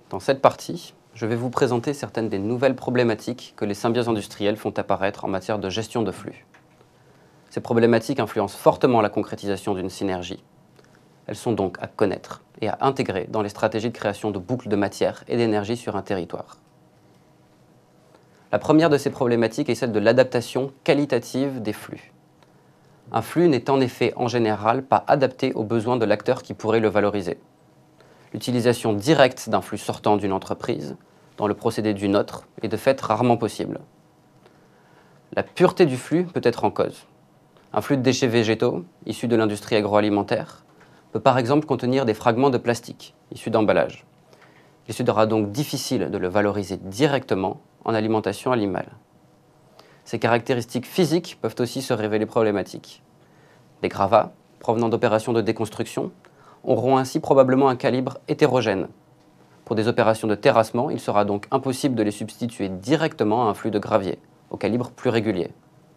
Dans cette partie, je vais vous présenter certaines des nouvelles problématiques que les symbioses industrielles font apparaître en matière de gestion de flux. Ces problématiques influencent fortement la concrétisation d'une synergie. Elles sont donc à connaître et à intégrer dans les stratégies de création de boucles de matière et d'énergie sur un territoire. La première de ces problématiques est celle de l'adaptation qualitative des flux. Un flux n'est en effet en général pas adapté aux besoins de l'acteur qui pourrait le valoriser. L'utilisation directe d'un flux sortant d'une entreprise dans le procédé d'une autre est de fait rarement possible. La pureté du flux peut être en cause. Un flux de déchets végétaux, issus de l'industrie agroalimentaire, peut par exemple contenir des fragments de plastique, issus d'emballages. Il sera donc difficile de le valoriser directement en alimentation animale. Ces caractéristiques physiques peuvent aussi se révéler problématiques. Les gravats, provenant d'opérations de déconstruction, auront ainsi probablement un calibre hétérogène. Pour des opérations de terrassement, il sera donc impossible de les substituer directement à un flux de gravier, au calibre plus régulier.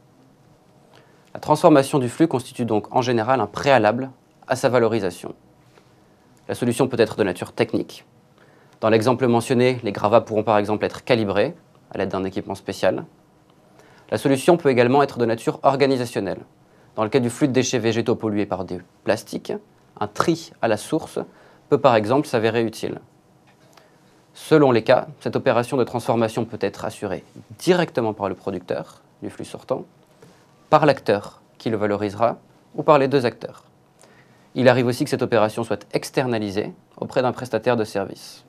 La transformation du flux constitue donc en général un préalable à sa valorisation. La solution peut être de nature technique. Dans l'exemple mentionné, les gravats pourront par exemple être calibrés à l'aide d'un équipement spécial. La solution peut également être de nature organisationnelle. Dans le cas du flux de déchets végétaux pollués par des plastiques, un tri à la source peut par exemple s'avérer utile. Selon les cas, cette opération de transformation peut être assurée directement par le producteur du flux sortant, par l'acteur qui le valorisera ou par les deux acteurs. Il arrive aussi que cette opération soit externalisée auprès d'un prestataire de service.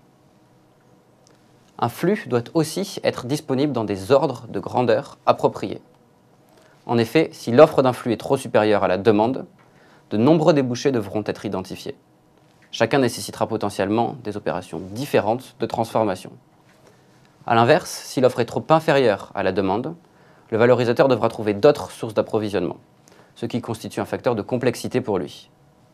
Un flux doit aussi être disponible dans des ordres de grandeur appropriés. En effet, si l'offre d'un flux est trop supérieure à la demande, de nombreux débouchés devront être identifiés. Chacun nécessitera potentiellement des opérations différentes de transformation. A l'inverse, si l'offre est trop inférieure à la demande, le valorisateur devra trouver d'autres sources d'approvisionnement, ce qui constitue un facteur de complexité pour lui.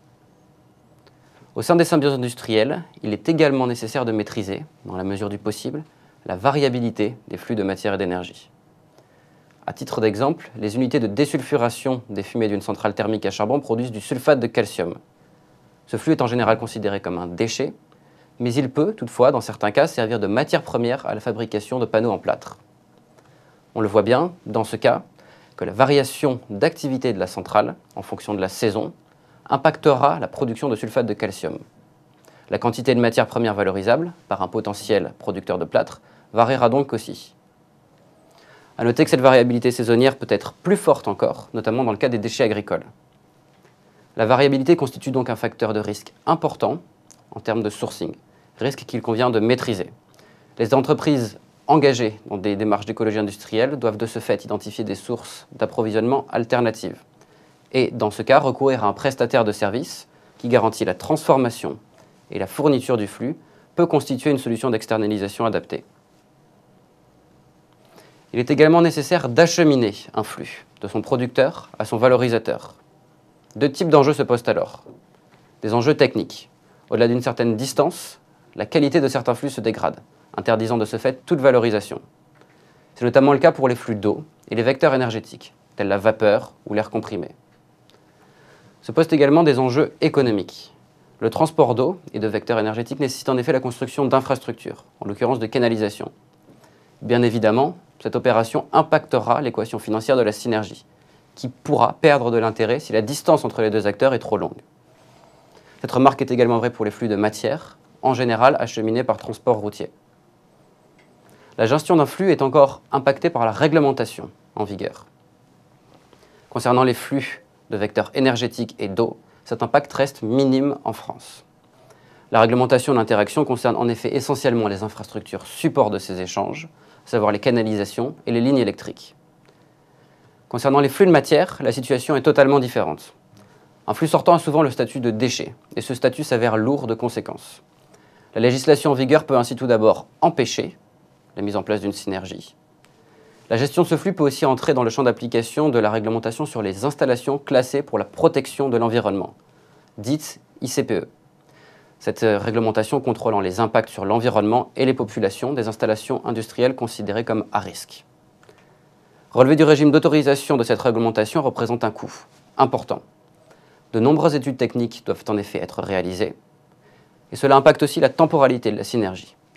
Au sein des symbioses industrielles, il est également nécessaire de maîtriser, dans la mesure du possible, la variabilité des flux de matière et d'énergie. À titre d'exemple, les unités de désulfuration des fumées d'une centrale thermique à charbon produisent du sulfate de calcium. Ce flux est en général considéré comme un déchet, mais il peut, toutefois, dans certains cas, servir de matière première à la fabrication de panneaux en plâtre. On le voit bien, dans ce cas, que la variation d'activité de la centrale, en fonction de la saison, impactera la production de sulfate de calcium. La quantité de matière première valorisable, par un potentiel producteur de plâtre, variera donc aussi. A noter que cette variabilité saisonnière peut être plus forte encore, notamment dans le cas des déchets agricoles. La variabilité constitue donc un facteur de risque important en termes de sourcing, risque qu'il convient de maîtriser. Les entreprises engagées dans des démarches d'écologie industrielle doivent de ce fait identifier des sources d'approvisionnement alternatives et, dans ce cas, recourir à un prestataire de service qui garantit la transformation et la fourniture du flux peut constituer une solution d'externalisation adaptée. Il est également nécessaire d'acheminer un flux de son producteur à son valorisateur. Deux types d'enjeux se posent alors. Des enjeux techniques. Au-delà d'une certaine distance, la qualité de certains flux se dégrade, interdisant de ce fait toute valorisation. C'est notamment le cas pour les flux d'eau et les vecteurs énergétiques, tels la vapeur ou l'air comprimé. Se posent également des enjeux économiques. Le transport d'eau et de vecteurs énergétiques nécessite en effet la construction d'infrastructures, en l'occurrence de canalisations. Bien évidemment, cette opération impactera l'équation financière de la synergie, qui pourra perdre de l'intérêt si la distance entre les deux acteurs est trop longue. Cette remarque est également vraie pour les flux de matière, en général acheminés par transport routier. La gestion d'un flux est encore impactée par la réglementation en vigueur. Concernant les flux de vecteurs énergétiques et d'eau, cet impact reste minime en France. La réglementation d'interaction concerne en effet essentiellement les infrastructures support de ces échanges, à savoir les canalisations et les lignes électriques. Concernant les flux de matière, la situation est totalement différente. Un flux sortant a souvent le statut de déchet, et ce statut s'avère lourd de conséquences. La législation en vigueur peut ainsi tout d'abord empêcher la mise en place d'une synergie. La gestion de ce flux peut aussi entrer dans le champ d'application de la réglementation sur les installations classées pour la protection de l'environnement, dite ICPE. Cette réglementation contrôlant les impacts sur l'environnement et les populations des installations industrielles considérées comme à risque. Relever du régime d'autorisation de cette réglementation représente un coût important. De nombreuses études techniques doivent en effet être réalisées, et cela impacte aussi la temporalité de la synergie,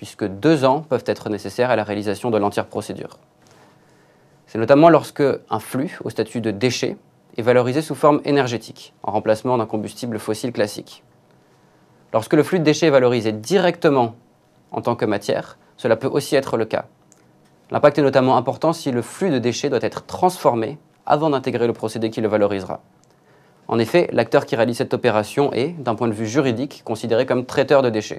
puisque 2 ans peuvent être nécessaires à la réalisation de l'entière procédure. C'est notamment lorsque un flux au statut de déchet est valorisé sous forme énergétique, en remplacement d'un combustible fossile classique. Lorsque le flux de déchets est valorisé directement en tant que matière, cela peut aussi être le cas. L'impact est notamment important si le flux de déchets doit être transformé avant d'intégrer le procédé qui le valorisera. En effet, l'acteur qui réalise cette opération est, d'un point de vue juridique, considéré comme traiteur de déchets.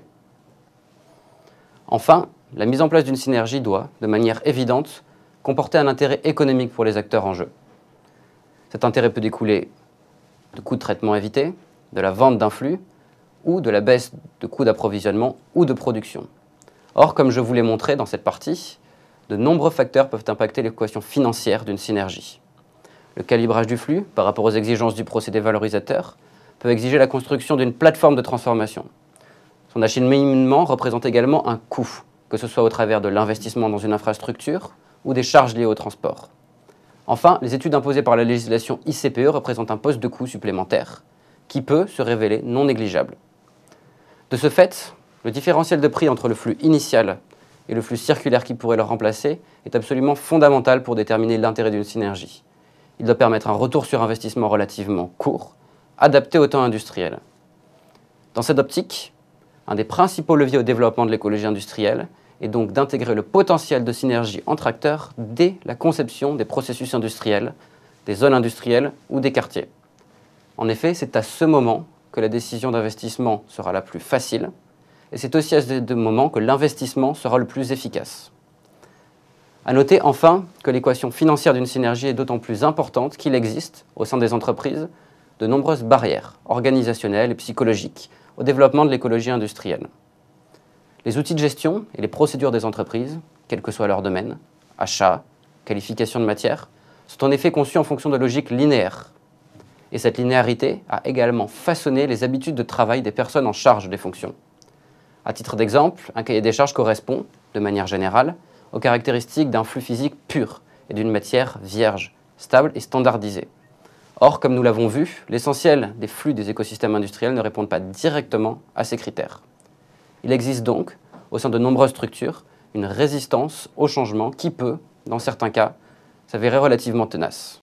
Enfin, la mise en place d'une synergie doit, de manière évidente, comporter un intérêt économique pour les acteurs en jeu. Cet intérêt peut découler de coûts de traitement évités, de la vente d'un flux, ou de la baisse de coûts d'approvisionnement ou de production. Or, comme je vous l'ai montré dans cette partie, de nombreux facteurs peuvent impacter l'équation financière d'une synergie. Le calibrage du flux, par rapport aux exigences du procédé valorisateur, peut exiger la construction d'une plateforme de transformation. Son acheminement représente également un coût, que ce soit au travers de l'investissement dans une infrastructure ou des charges liées au transport. Enfin, les études imposées par la législation ICPE représentent un poste de coût supplémentaire, qui peut se révéler non négligeable. De ce fait, le différentiel de prix entre le flux initial et le flux circulaire qui pourrait le remplacer est absolument fondamental pour déterminer l'intérêt d'une synergie. Il doit permettre un retour sur investissement relativement court, adapté au temps industriel. Dans cette optique, un des principaux leviers au développement de l'écologie industrielle est donc d'intégrer le potentiel de synergie entre acteurs dès la conception des processus industriels, des zones industrielles ou des quartiers. En effet, c'est à ce moment que la décision d'investissement sera la plus facile, et c'est aussi à ce moment que l'investissement sera le plus efficace. À noter enfin que l'équation financière d'une synergie est d'autant plus importante qu'il existe, au sein des entreprises, de nombreuses barrières organisationnelles et psychologiques au développement de l'écologie industrielle. Les outils de gestion et les procédures des entreprises, quel que soit leur domaine, achat, qualification de matière, sont en effet conçus en fonction de logiques linéaires. Et cette linéarité a également façonné les habitudes de travail des personnes en charge des fonctions. À titre d'exemple, un cahier des charges correspond, de manière générale, aux caractéristiques d'un flux physique pur et d'une matière vierge, stable et standardisée. Or, comme nous l'avons vu, l'essentiel des flux des écosystèmes industriels ne répondent pas directement à ces critères. Il existe donc, au sein de nombreuses structures, une résistance au changement qui peut, dans certains cas, s'avérer relativement tenace.